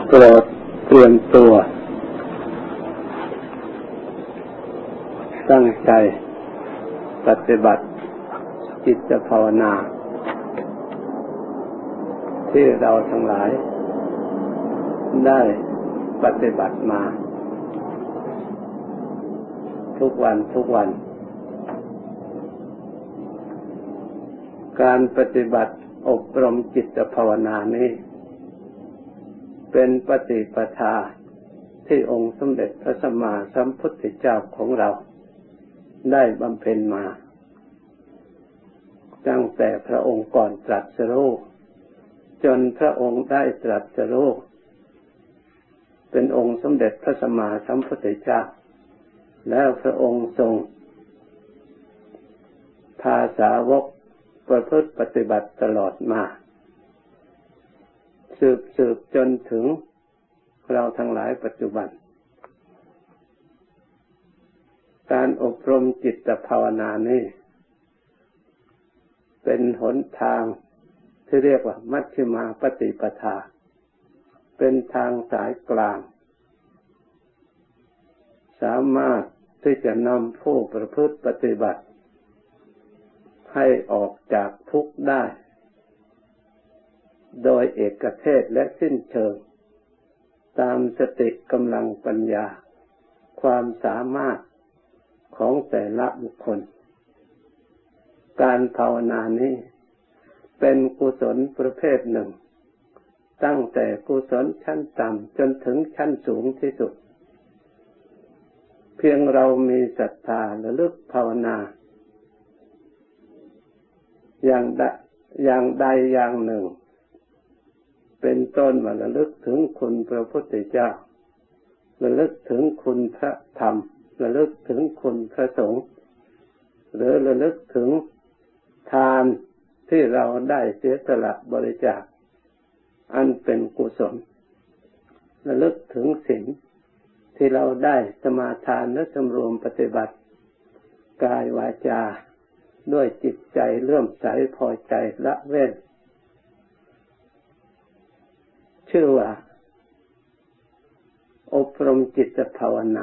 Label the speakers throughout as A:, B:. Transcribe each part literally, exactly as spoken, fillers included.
A: โปรดเตรียมตัวตั้งใจปฏิบัติจิตภาวนาที่เราทั้งหลายได้ปฏิบัติมาทุกวันทุกวันการปฏิบัติอบรมจิตภาวนานี้เป็นปฏิปทาที่องค์สมเด็จพระสัมมาสัมพุทธเจ้าของเราได้บำเพ็ญมาตั้งแต่พระองค์ก่อนตรัสรู้จนพระองค์ได้ตรัสรู้เป็นองค์สมเด็จพระสัมมาสัมพุทธเจ้าแล้วพระองค์ทรงพาสาวกประพฤติปฏิบัติตลอดมาสืบสืบจนถึงเราทั้งหลายปัจจุบันการอบรมจิตภาวนานี้เป็นหนทางที่เรียกว่ามัชฌิมาปฏิปทาเป็นทางสายกลางสามารถที่จะนำผู้ประพฤติปฏิบัติให้ออกจากทุกข์ได้โดยเอกเทศและสิ้นเชิงตามสติกำลังปัญญาความสามารถของแต่ละบุคคลการภาวนานี้เป็นกุศลประเภทหนึ่งตั้งแต่กุศลชั้นต่ำจนถึงชั้นสูงที่สุดเพียงเรามีศรัทธาระลึกภาวนาอย่างใดอย่างใดอย่างหนึ่งเป็นต้นว่าระลึกถึงคุณพระพุทธเจ้าระลึกถึงคุณพระธรรมระลึกถึงคุณพระสงฆ์หรือระลึกถึงทานที่เราได้เสียสละบริจาคอันเป็นกุศลระลึกถึงศีลที่เราได้สมาทานและสำรวมปฏิบัติกายวาจาด้วยจิตใจเลื่อมใสพอใจละเว้นชื่อว่าอบรมจิตภาวนา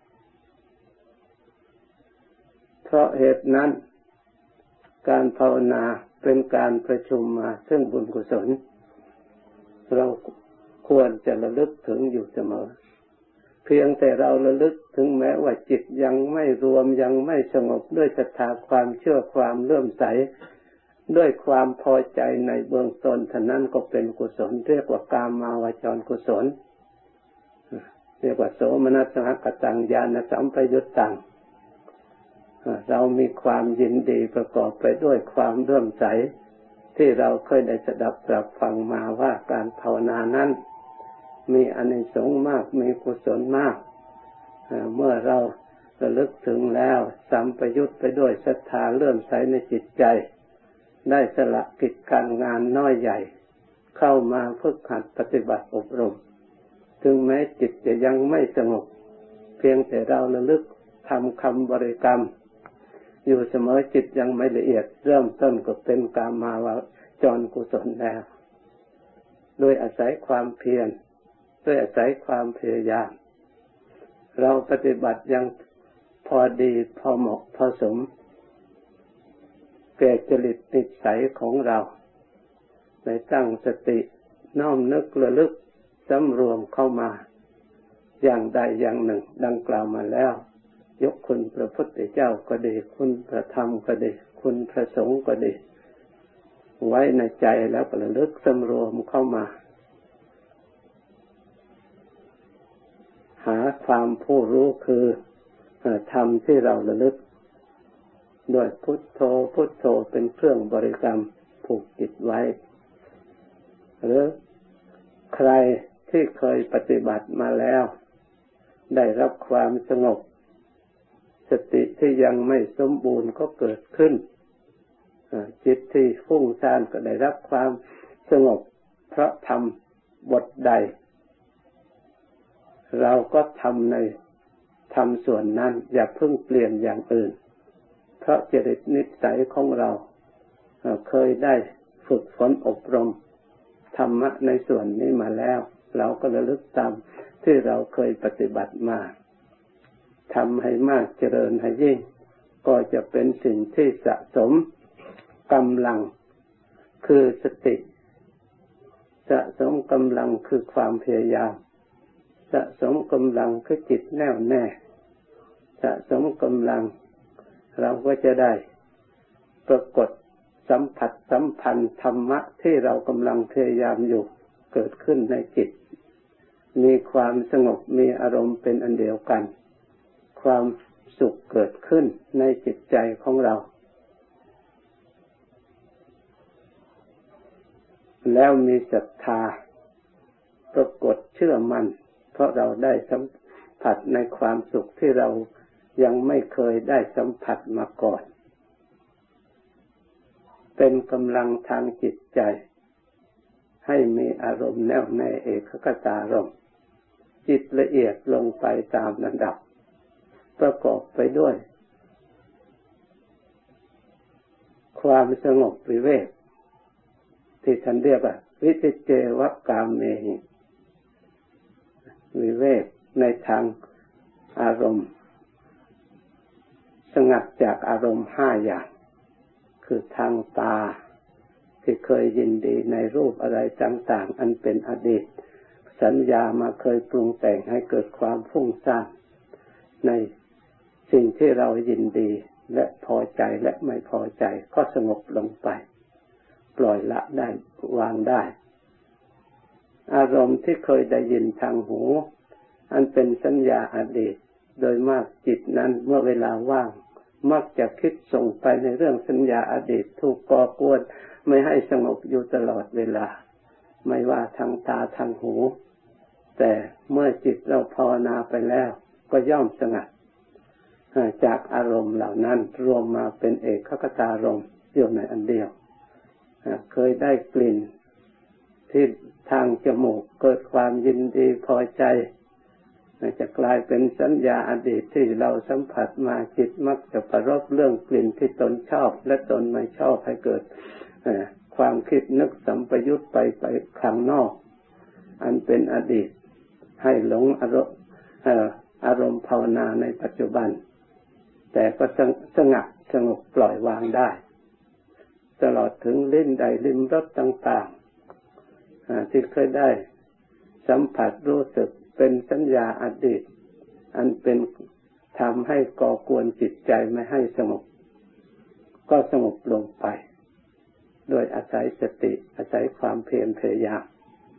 A: เพราะเหตุนั้นการภาวนาเป็นการประชุมมาซึ่งบุญกุศลเราควรจะระลึกถึงอยู่เสมอเพียงแต่เราระลึกถึงแม้ว่าจิตยังไม่รวมยังไม่สงบด้วยศรัทธาความเชื่อความเลื่อมใสด้วยความพอใจในเบื้องต้นเท่านั้นก็เป็นกุศลเรียกว่ากามาวจรกุศลเรียกว่าโสมนัสสหกตังญาณสัมปยุตตังเรามีความยินดีประกอบไปด้วยความเลื่อมใสที่เราเคยได้สดับตรับฟังมาว่าการภาวนานั้นมีอานิสงส์มากมีกุศลมากเมื่อเราระลึกถึงแล้วสัมปยุตไปด้วยศรัทธาเลื่อมใสในจิตใจได้สละกิจการงานน้อยใหญ่เข้ามาฝึกหัดปฏิบัติอบรมถึงแม้จิตจะยังไม่สงบเพียงแต่เราระลึกทำคำบริกรรมอยู่เสมอจิตยังไม่ละเอียดเริ่มต้นก็เป็นกามาวจรกุศลแล้วโดยอาศัยความเพียรโดยอาศัยความพยายามเราปฏิบัติยังพอดีพอเหมาะพอสมแก่จริตนิสัยของเราในตั้งสติน้อมนึกระลึกสำรวมเข้ามาอย่างใดอย่างหนึ่งดังกล่าวมาแล้วยกคุณพระพุทธเจ้าก็ดีคุณพระธรรมก็ดีคุณพระสงฆ์ก็ดีไว้ในใจแล้วก็ระลึกสำรวมเข้ามาหาความผู้รู้คือธรรมที่เราระลึกด้วยพุทโธพุทโธเป็นเครื่องบริกรรมผูกจิตไว้หรือใครที่เคยปฏิบัติมาแล้วได้รับความสงบสติที่ยังไม่สมบูรณ์ก็เกิดขึ้นจิตที่ฟุ้งซ่านก็ได้รับความสงบเพราะทำบทใดเราก็ทำในทำส่วนนั้นอย่าเพิ่งเปลี่ยนอย่างอื่นเพราะจริตนิสัยของเราเคยได้ฝึกฝนอบรมธรรมะในส่วนนี้มาแล้วเราก็ระลึกตามที่เราเคยปฏิบัติมาทำให้มากเจริญให้ยิ่งก็จะเป็นสิ่งที่สะสมกำลังคือสติสะสมกำลังคือความพยายามสะสมกำลังคือจิตแน่วแน่สะสมกำลังเราก็จะได้ปรากฏสัมผัสสัมพันธ์ธรรมะที่เรากำลังพยายามอยู่เกิดขึ้นในจิตมีความสงบมีอารมณ์เป็นอันเดียวกันความสุขเกิดขึ้นในจิตใจของเราแล้วมีศรัทธาปรากฏเชื่อมั่นเพราะเราได้สัมผัสในความสุขที่เรายังไม่เคยได้สัมผัสมาก่อนเป็นกำลังทางจิตใจให้มีอารมณ์แน่วแน่เอกคตารมณ์จิตละเอียดลงไปตามลำดับประกอบไปด้วยความสงบวิเวกที่ท่านเรียกว่าวิจิเจวกามเมหิวิเวกในทางอารมณ์สงัดจากอารมณ์ห้าอย่างคือทางตาที่เคยยินดีในรูปอะไรต่างๆอันเป็นอดีตสัญญามาเคยปรุงแต่งให้เกิดความฟุ้งซ่านในสิ่งที่เรายินดีและพอใจและไม่พอใจก็สงบลงไปปล่อยละได้วางได้อารมณ์ที่เคยได้ยินทางหูอันเป็นสัญญาอดีตโดยมากจิตนั้นเมื่อเวลาว่างมักจะคิดส่งไปในเรื่องสัญญาอดีตถูกก่อกวนไม่ให้สงบอยู่ตลอดเวลาไม่ว่าทางตาทางหูแต่เมื่อจิตเราภาวนาไปแล้วก็ย่อมสงัดจากอารมณ์เหล่านั้นรวมมาเป็นเอกคตารมณ์อยู่ในอันเดียวเคยได้กลิ่นที่ทางจมูกเกิดความยินดีพอใจจะกลายเป็นสัญญาอดีตที่เราสัมผัสมาจิตมักจะประรบเรื่องกลิ่นที่ตนชอบและตนไม่ชอบให้เกิดความคิดนึกสัมปยุตไปไปข้างนอกอันเป็นอดีตให้หลงอารมณ์อารมณ์ภาวนาในปัจจุบันแต่ก็สงัดสงบปล่อยวางได้ตลอดถึงลิ้นได้ลิ้มรสต่างๆที่เคยได้สัมผัสรู้สึกเป็นสัญญาอดีตอันเป็นทำให้ก่อกวนจิตใจไม่ให้สงบก็สงบลงไปโดยอาศัยสติอาศัยความเพียรพยายาม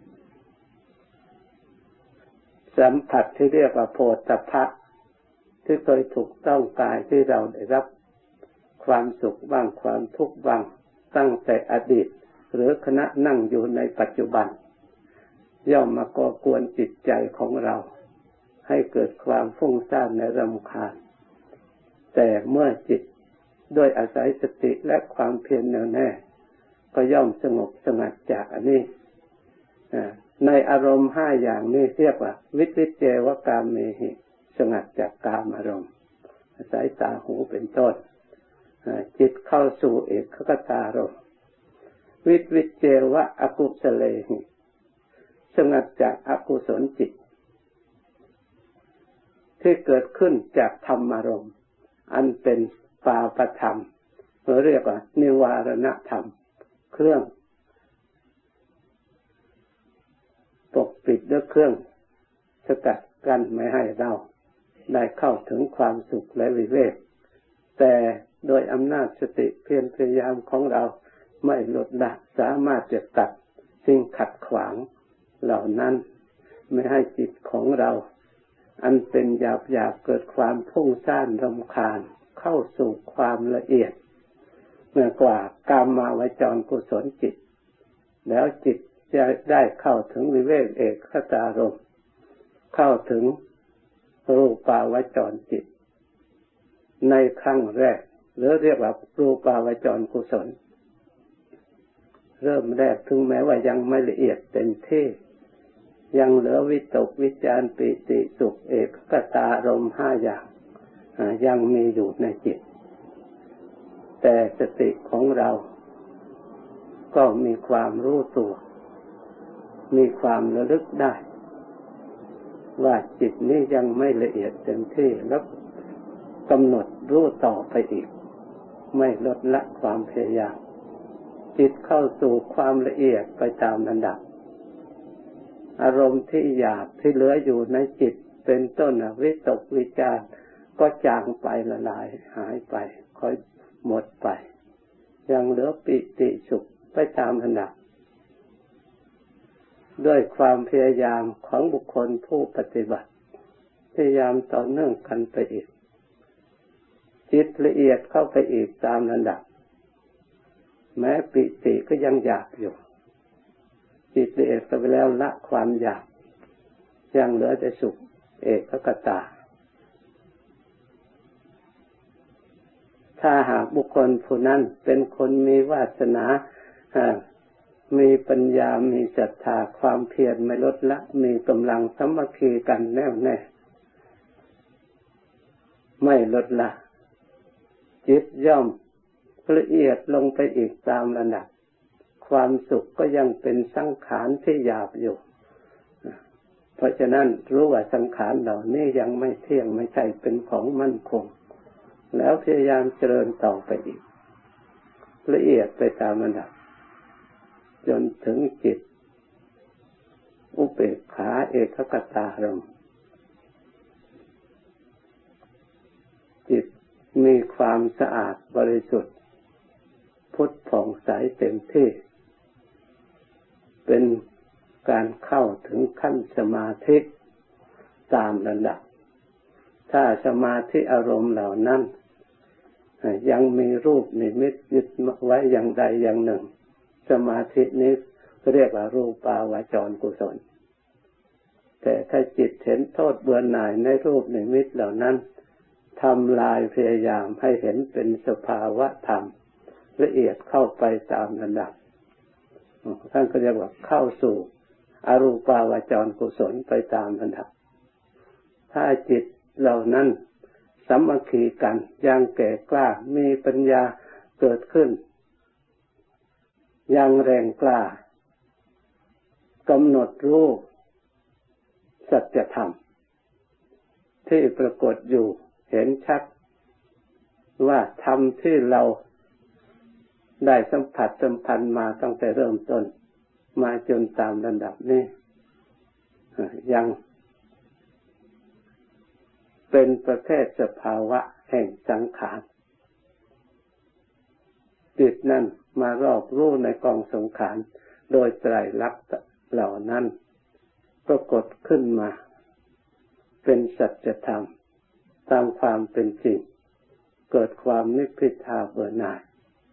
A: สัมผัสที่เรียกว่าโผฏฐัพพะที่เคยถูกต้องกายที่เราได้รับความสุขบ้างความทุกข์บ้างตั้งแต่อดีตหรือขณะนั่งอยู่ในปัจจุบันย่อมมาก่อกวนจิตใจของเราให้เกิดความฟุ้งซ่านและรำคาญแต่เมื่อจิตด้วยอาศัยสติและความเพียรแน่วแน่ก็ย่อมสงบสงัดจากอันนี้ในอารมณ์ห้าอย่างนี้เรียกว่าวิจิเจวกามเมหิสงัดจากกามอารมณ์อาศัยตาหูเป็นต้นจิตเข้าสู่เอกคตารมณ์วิจิเจวะอกุศเลหิสงัดจากอกุศลจิตที่เกิดขึ้นจากธรรมอารมณ์อันเป็นปาปธรรมเราเรียกว่านิวารณธรรมเครื่องปกปิดด้วยเครื่องสกัดกั้นไม่ให้เราได้เข้าถึงความสุขและวิเวกแต่โดยอำนาจสติเพียรพยายามของเราไม่ลดละสามารถจะตัดสิ่งขัดขวางเหล่านั้นไม่ให้จิตของเราอันเป็นหยาบหยาบเกิดความพุ่งซ่านรำคาญเข้าสู่ความละเอียดเมื่อกว่ากามาวจรกุศลจิตแล้วจิตจะได้เข้าถึงวิเวกเอกคตารมณ์เข้าถึงรูปาวจรจิตในครั้งแรกหรือเรียกว่ารูปาวจรกุศลเริ่มแรกถึงแม้ว่ายังไม่ละเอียดเต็มที่ยังเหลือวิตกวิจารปิติสุขเอกคตารมณ์ห้าอย่างยังมีอยู่ในจิตแต่สติของเราก็มีความรู้ตัวมีความระลึกได้ว่าจิตนี้ยังไม่ละเอียดเต็มที่แล้วกำหนดรู้ต่อไปอีกไม่ลดละความพยายามจิตเข้าสู่ความละเอียดไปตามลำดับอารมณ์ที่หยาบที่เหลืออยู่ในจิตเป็นต้นวิตกวิจารก็จางไปละลายหายไปค่อยหมดไปยังเหลือปิติสุขไปตามลำดับด้วยความพยายามของบุคคลผู้ปฏิบัติพยายามต่อเนื่องกันไปอีกจิตละเอียดเข้าไปอีกตามลำดับแม้ปิติก็ยังอยากอยู่จิตละเอียดเข้าไปแล้วละความอยากยังเหลือแต่สุขเอกคตาถ้าหากบุคคลผู้นั้นเป็นคนมีวาสนามีปัญญามีศรัทธาความเพียรไม่ลดละมีกำลังสามัคคีกันแน่วแน่ไม่ลดละจิตย่อมละเอียดลงไปอีกตามระดับความสุขก็ยังเป็นสังขารที่หยาบอยู่เพราะฉะนั้นรู้ว่าสังขารเหล่านี้ยังไม่เที่ยงไม่ใช่เป็นของมั่นคงแล้วพยายามเจริญต่อไปอีกละเอียดไปตามระดับจนถึงจิตอุเบกขาเอกคตารมณ์จิตมีความสะอาดบริสุทธิ์พุทธผ่องใสเต็มที่เป็นการเข้าถึงขั้นสมาธิตามระดับถ้าสมาธิอารมณ์เหล่านั้นยังมีรูปนิมิตยึดไว้อย่างใดอย่างหนึ่งสมาธินี้เรียกว่ารูปาวจรกุศลแต่ถ้าจิตเห็นโทษเบื่อหน่ายในรูปนิมิตเหล่านั้นทำลายพยายามให้เห็นเป็นสภาวะธรรมละเอียดเข้าไปตามระดับท่านก็เรียกว่าเข้าสู่อรูปาวจรกุศลไปตามระดับถ้าจิตเหล่านั้นสามัคคีกันยังแก่กล้ามีปัญญาเกิดขึ้นยังแรงกล้ากำหนดรู้สัจธรรมที่ปรากฏอยู่เห็นชัดว่าธรรมที่เราได้สัมผัสสัมพันธ์มาตั้งแต่เริ่มต้นมาจนตามระดับนี้ยังเป็นประเภทสภาวะแห่งสังขารจิตนั้นมารอบรู้ในกองสังขารโดยไตรลักษณ์เหล่านั้นปรากฏขึ้นมาเป็นสัจธรรมตามความเป็นจริงเกิดความนิพพิทาเบื่อหน่าย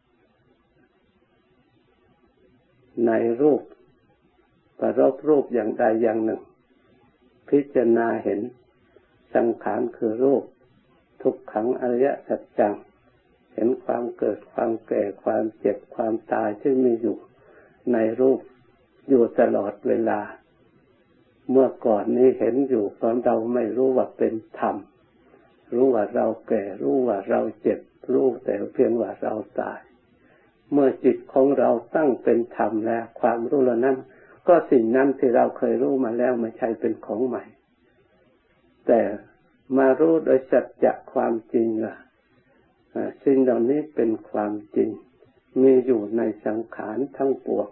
A: ในรูปประรบรูปอย่างใดอย่างหนึ่งพิจารณาเห็นสังขารคือรูปทุกขังอริยสัจจังเห็นความเกิดความแก่ความเจ็บความตายที่มีอยู่ในรูปอยู่ตลอดเวลาเมื่อก่อนนี้เห็นอยู่ตอนเราไม่รู้ว่าเป็นธรรมรู้ว่าเราแก่รู้ว่าเราเจ็บรู้แต่เพียงว่าเราตายเมื่อจิตของเราตั้งเป็นธรรมแล้วความรู้เหล่านั้นก็สิ่งนั้นที่เราเคยรู้มาแล้วไม่ใช่เป็นของใหม่แต่มารู้โดยสัจจะความจริงว่าสิ่งเหล่านี้เป็นความจริงมีอยู่ในสังขารทั้งปวง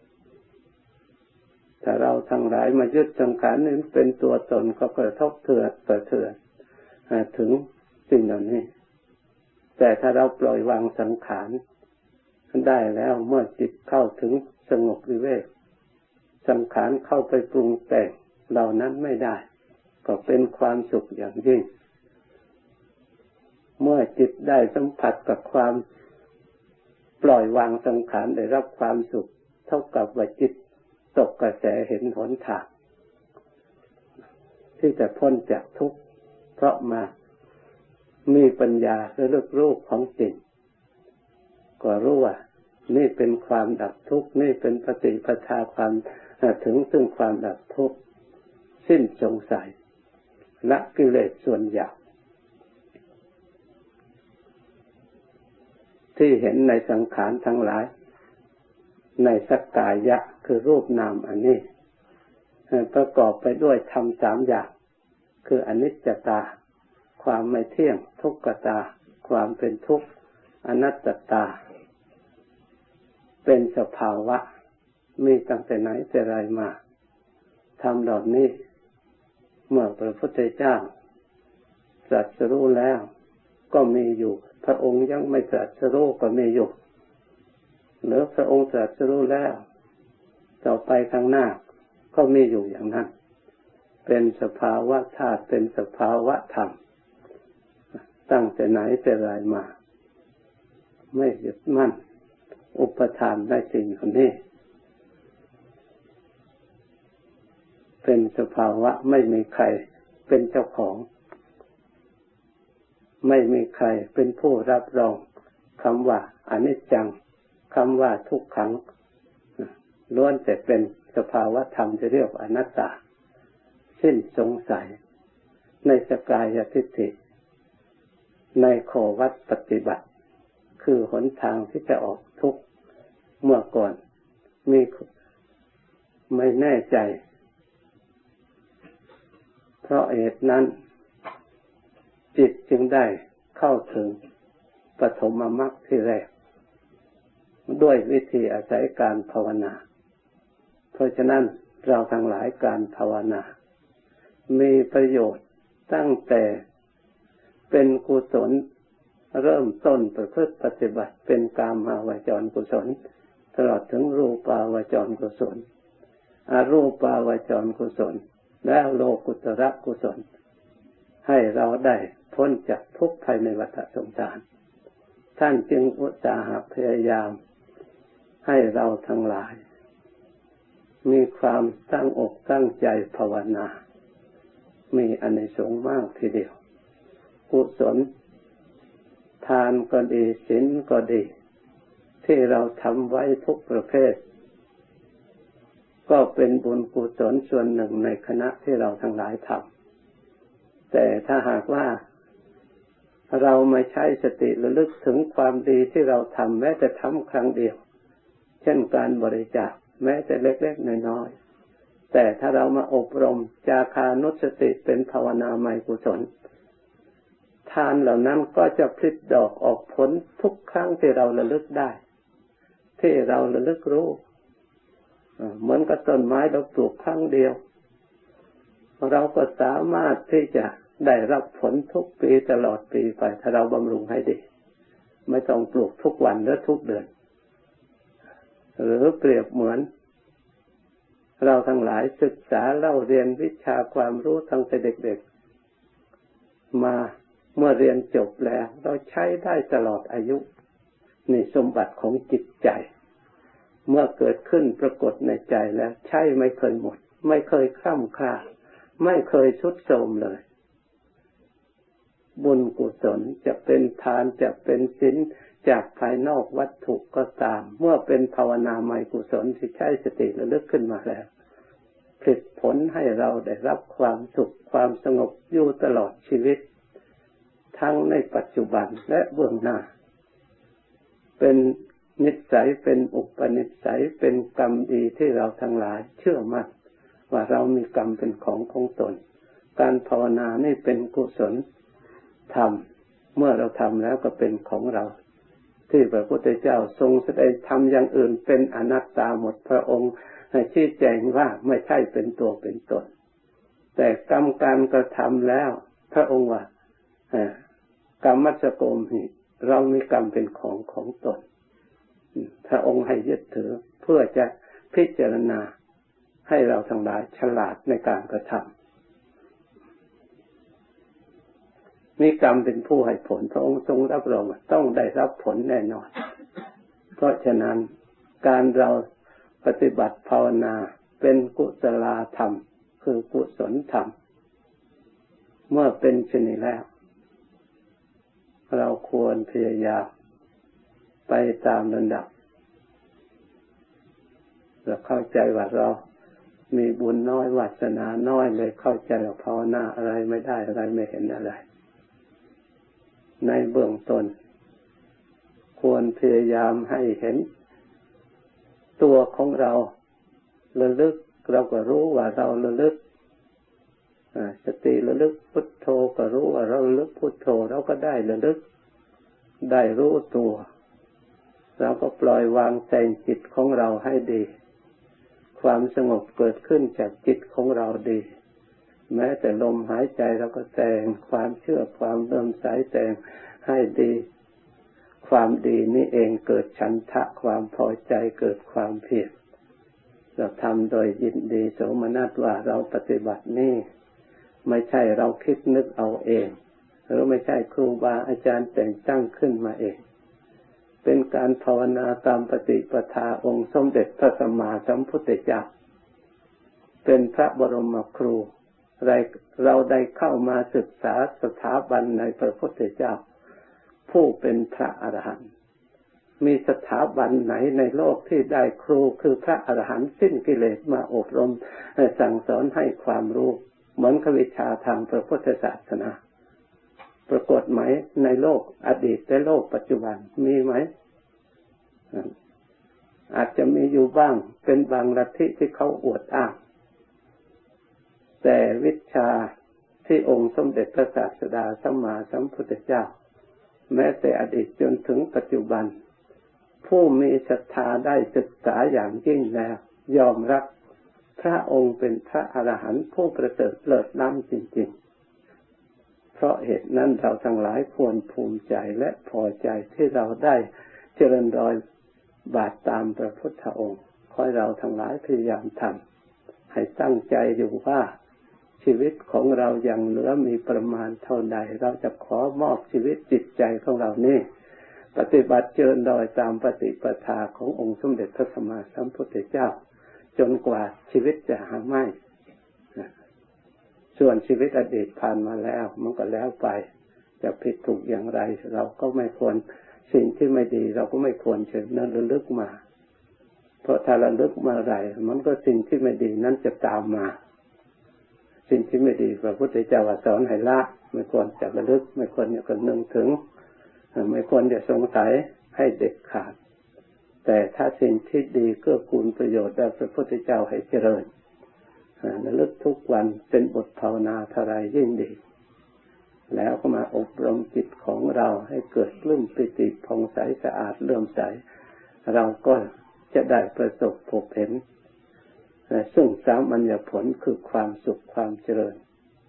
A: ถ้าเราทั้งหลายมายึดสังขารนี้เป็นตัวตนก็กระทบเถื่อนเถื่อนถึงสิ่งเหล่านี้แต่ถ้าเราปล่อยวางสังขารได้แล้วเมื่อจิตเข้าถึงสงบวิเวกสังขารเข้าไปปรุงแต่งเหล่านั้นไม่ได้ก็เป็นความสุขอย่างยิ่งเมื่อจิตได้สัมผัสกับความปล่อยวางสังขารได้รับความสุขเท่ากับว่าจิตตกกระแสเห็นหนทางที่จะพ้นจากทุกข์เพราะมามีปัญญาระลึกรู้ของจริงก็รู้ว่านี่เป็นความดับทุกข์นี่เป็นปฏิปทาความถึงซึ่งความดับทุกข์สิ้นสงสัยละกิเลสส่วนหยาบที่เห็นในสังขารทั้งหลายในสักกายะคือรูปนามอันนี้ประกอบไปด้วยธรรมสามอย่างคืออนิจจตาความไม่เที่ยงทุกขตาความเป็นทุกข์อนัตตาเป็นสภาวะมีตั้งแต่ไหนแต่ไรมาธรรมเหล่านี้เมื่อพระพุทธเจ้าตรัสรู้แล้วก็มีอยู่พระองค์ยังไม่ตรัสรู้ก็มีอยู่หรือพระองค์ตรัสรู้แล้วต่อไปข้างหน้าก็มีอยู่อย่างนั้นเป็นสภาวะธาตุเป็นสภาวะธรรมตั้งแต่ไหนแต่ไรมาไม่ยึดมั่นอุปทานในสิ่งเหล่านี้เป็นสภาวะไม่มีใครเป็นเจ้าของไม่มีใครเป็นผู้รับรองคำว่าอนิจจังคำว่าทุกขังล้วนแต่เป็นสภาวะธรรมที่เรียกว่าอนัตตาสิ้นสงสัยในสกายทิฏฐิในข้อวัดปฏิบัติคือหนทางที่จะออกทุกข์เมื่อก่อนมีไม่แน่ใจเพราะเหตุนั้นจิตจึงได้เข้าถึงปฐมมรรคที่แรกด้วยวิธีอาศัยการภาวนาเพราะฉะนั้นเราทั้งหลายการภาวนามีประโยชน์ตั้งแต่เป็นกุศลเริ่มต้นประพฤติปฏิบัติเป็นกามาวจรกุศลตลอดถึงรูปาวจรกุศลอรูปาวจรกุศลและโลกุตระกุศลให้เราได้พ้นจากทุกข์ภายในวัฏสงสารท่านจึงอุตสาหะพยายามให้เราทั้งหลายมีความตั้งอกตั้งใจภาวนามีอานิสงส์มากทีเดียวกุศลทานก็ดีศีลก็ดีที่เราทำไว้ทุกประเภทก็เป็นบุญกุศลส่วนหนึ่งในคณะที่เราทั้งหลายทำแต่ถ้าหากว่าเราไม่ใช้สติระลึกถึงความดีที่เราทำแม้แต่ทำครั้งเดียวเช่นการบริจาคแม้แต่เล็กๆน้อยๆแต่ถ้าเรามาอบรมจาคานุสติเป็นภาวนาไมยกุศลทานเหล่านั้นก็จะผลิดอกออกผลทุกครั้งที่เราระลึกได้ที่เราระลึกรู้เหมือนกับต้นไม้เราปลูกครั้งเดียวเราก็สามารถที่จะได้รับผลทุกปีตลอดปีไปถ้าเราบำรุงให้ดีไม่ต้องปลูกทุกวันหรือทุกเดือนหรือเปรียบเหมือนเราทั้งหลายศึกษาเล่าเรียนวิชาความรู้ตั้งแต่เด็กๆมาเมื่อเรียนจบแล้วเราใช้ได้ตลอดอายุนี่สมบัติของจิตใจเมื่อเกิดขึ้นปรากฏในใจแล้วใช้ไม่เคยหมดไม่เคยคล่ำคลาไม่เคยทรุดโทรมเลยบุญกุศลจะเป็นทานจะเป็นศีลจากภายนอกวัตถุก็ตามเมื่อเป็นภาวนาไมยกุศลที่ใช้สติระลึกขึ้นมาแล้วผลิตผลให้เราได้รับความสุขความสงบอยู่ตลอดชีวิตทั้งในปัจจุบันและเบื้องหน้าเป็นนิสัยเป็นอุปนิสัยเป็นกรรมดีที่เราทั้งหลายเชื่อมั่นว่าเรามีกรรมเป็นของของตนการภาวนานี่เป็นกุศลธรรมเมื่อเราทำแล้วก็เป็นของเราที่พระพุทธเจ้าทรงแสดงธรรมอย่างอื่นเป็นอนัตตาหมดพระองค์ให้ชี้แจงว่าไม่ใช่เป็นตัวเป็นตนแต่กรรมการกระทำแล้วพระองค์ว่ากรรมัสสโกมหิเรามีกรรมเป็นของของตนพระองค์ให้ยึดถือเพื่อจะพิจารณาให้เราทั้งหลายฉลาดในการกระทำมีกรรมเป็นผู้ให้ผลพระองค์ทรงรับรองว่าต้องได้รับผลแน่นอนเพราะฉะนั้นการเราปฏิบัติภาวนาเป็นกุศลธรรมคือกุศลธรรมเมื่อเป็นเช่นนี้แล้วเราควรพยายามไปตามลำดับเราเข้าใจว่าเรามีบุญน้อยวาสนาน้อยเลยเข้าใจว่าภาวนาอะไรไม่ได้อะไรไม่เห็นอะไรในเบื้องต้นควรพยายามให้เห็นตัวของเราระลึกเราก็รู้ว่าเราระลึกสติระระลึกพุทโธก็รู้ว่าเราระลึกพุทโธเราก็ได้ระลึกได้รู้ตัวเราก็ปล่อยวางแต่งจิตของเราให้ดีความสงบเกิดขึ้นจากจิตของเราดีแม้แต่ลมหายใจเราก็แต่งความเชื่อความเลื่อมใสแต่งให้ดีความดีนี่เองเกิดฉันทะความพอใจเกิดความเพียรเราทำโดยยินดีโสมนัสว่าเราปฏิบัตินี่ไม่ใช่เราคิดนึกเอาเองหรือไม่ใช่ครูบาอาจารย์แต่งตั้งขึ้นมาเองเป็นการภาวนาตามปฏิปทาองค์สมเด็จพระสัมมาสัมพุทธเจ้าเป็นพระบรมครูเราได้เข้ามาศึกษาสถาบันในพระพุทธเจ้าผู้เป็นพระอรหันต์มีสถาบันไหนในโลกที่ได้ครูคือพระอรหันต์สิ้นกิเลสมาอบรมสั่งสอนให้ความรู้เหมือนกับวิชาทางพระพุทธศาสนาปรากฏไหมในโลกอดีตและโลกปัจจุบันมีไหมอาจจะมีอยู่บ้างเป็นบางลัทธิที่เขาอวดอ้างแต่วิชาที่องค์สมเด็จพระศาสดาสัมมาสัมพุทธเจ้าแม้แต่อดีตจนถึงปัจจุบันผู้มีศรัทธาได้ศึกษาอย่างยิ่งแล้วยอมรับพระองค์เป็นพระอรหันต์ผู้ประเสริฐเลิศล้ำจริงๆเพราะเหตุนั้นเราทั้งหลายควรภูมิใจและพอใจที่เราได้เจริญรอยบาทตามพระพุทธองค์ขอให้เราทั้งหลายพยายามทำให้ตั้งใจอยู่ว่าชีวิตของเรายังเหลือมีประมาณเท่าใดเราจะขอมอบชีวิตจิตใจของเรานี่ปฏิบัติเจริญรอยตามปฏิปทาขององค์สมเด็จพระสัมมาสัมพุทธเจ้าจนกว่าชีวิตจะหาไม่ส่วนชีวิตอดีตผ่านมาแล้วมันก็แล้วไปจะผิดถูกอย่างไรเราก็ไม่ควรสิ่งที่ไม่ดีเราก็ไม่ควรเชิญนั้นระลึกมาเพราะถ้าระลึกมาไรมันก็สิ่งที่ไม่ดีนั้นจะตามมาสิ่งที่ไม่ดีพระพุทธเจ้าสอนให้ละไม่ควรจะระลึกไม่ควรจะนึกถึงไม่ควรจะสงสัยให้เด็ดขาดแต่ถ้าสิ่งที่ดีเกื้อกูลประโยชน์ได้พระพุทธเจ้าให้เจริญระลึกทุกวันเป็นบทภาวนาเท่าไรยิ่งดีแล้วก็มาอบรมจิตของเราให้เกิดปลื้มปิติผ่องใสสะอาดเลื่อมใสเราก็จะได้ประสบพบเห็นซึ่งสามัญญผลคือความสุขความเจริญ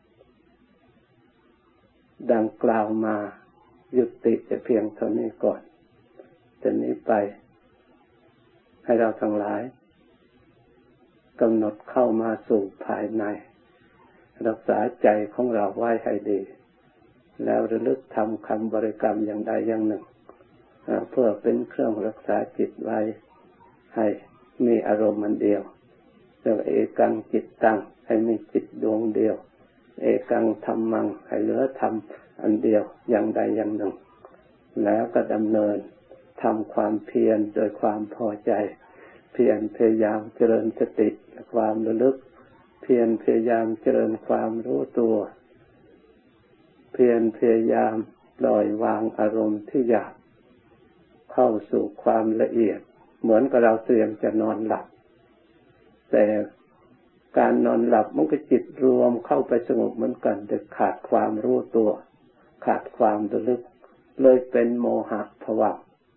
A: ดังกล่าวมายุติจะเพียงเท่านี้ก่อนจากนี้ไปให้เราทั้งหลายกำหนดเข้ามาสู่ภายในรักษาใจของเราไว้ให้ดีแล้วระลึกทำคำบริกรรมอย่างใดอย่างหนึ่งเพื่อเป็นเครื่องรักษาจิตไว้ให้มีอารมณ์อันเดียวเรียกว่าเอกังจิตตังให้มีจิตดวงเดียวเอกังธัมมังให้เหลือธรรมอันเดียวอย่างใดอย่างหนึ่งแล้วก็ดำเนินทำความเพียรโดยความพอใจเพียรพยายามเจริญสติความระลึกเพียรพยายามเจริญความรู้ตัวเพียรพยายามปล่อยวางอารมณ์ที่หยาบเข้าสู่ความละเอียดเหมือนกับเราเตรียมจะนอนหลับแต่การนอนหลับมันก็จิตรวมเข้าไปสงบเหมือนกันแต่ขาดความรู้ตัวขาดความระลึกเลยเป็นโมหะภวะ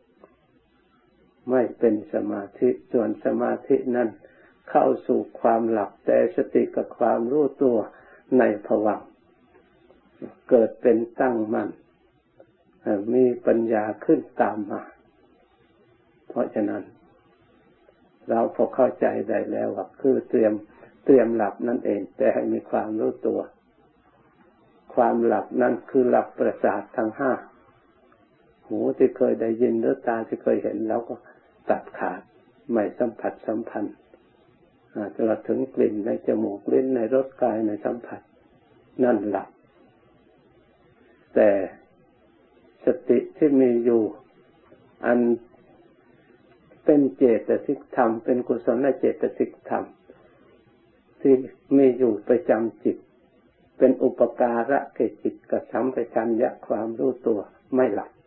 A: ไม่เป็นสมาธิส่วนสมาธินั้นเข้าสู่ความหลับแต่สติกับความรู้ตัวในภวะเกิดเป็นตั้งมั่นมีปัญญาขึ้นตามมาเพราะฉะนั้นเราพอเข้าใจได้แล้วว่าคือเตรียมเตรียมหลับนั่นเองแต่ให้มีความรู้ตัวความหลับนั่นคือหลับประสาททั้งห้าหูที่เคยได้ยินหรือตาที่เคยเห็นแล้วก็ตัดขาดไม่สัมผัสสัมพันธ์จนถึงกลิ่นในจมูกลิ้นในรสกายในสัมผัสนั่นหลับแต่สติที่มีอยู่อันเป็นเจตสิกธรรมเป็นกุศลเจตสิกธรรมที่มีอยู่ประจำจิตเป็นอุปการะแก่จิตกระสัมปชัญญะความรู้ตัวไม่หลับ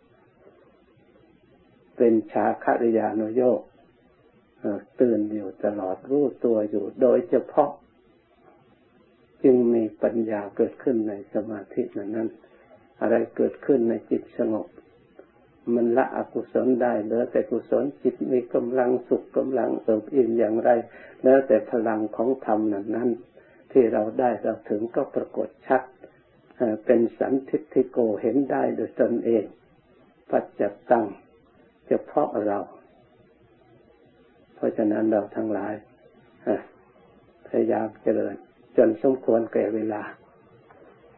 A: เป็นฌาคริยานุโยคตื่นอยู่ตลอดรู้ตัวอยู่โดยเฉพาะจึงมีปัญญาเกิดขึ้นในสมาธินั้นอะไรเกิดขึ้นในจิตสงบมันละอกุศลได้เหลือแต่กุศลจิตมีกำลังสุขกำลังเอิบอิ่มอย่างไรแล้วแต่พลังของธรรมนั้นที่เราได้เราถึงก็ปรากฏชัดเป็นสันทิฏฐิโกเห็นได้โดยตนเองปัจจตังเฉพาะเราเพราะฉะนั้นเราทั้งหลายพยายามเจริญจนสมควรแก่เวลา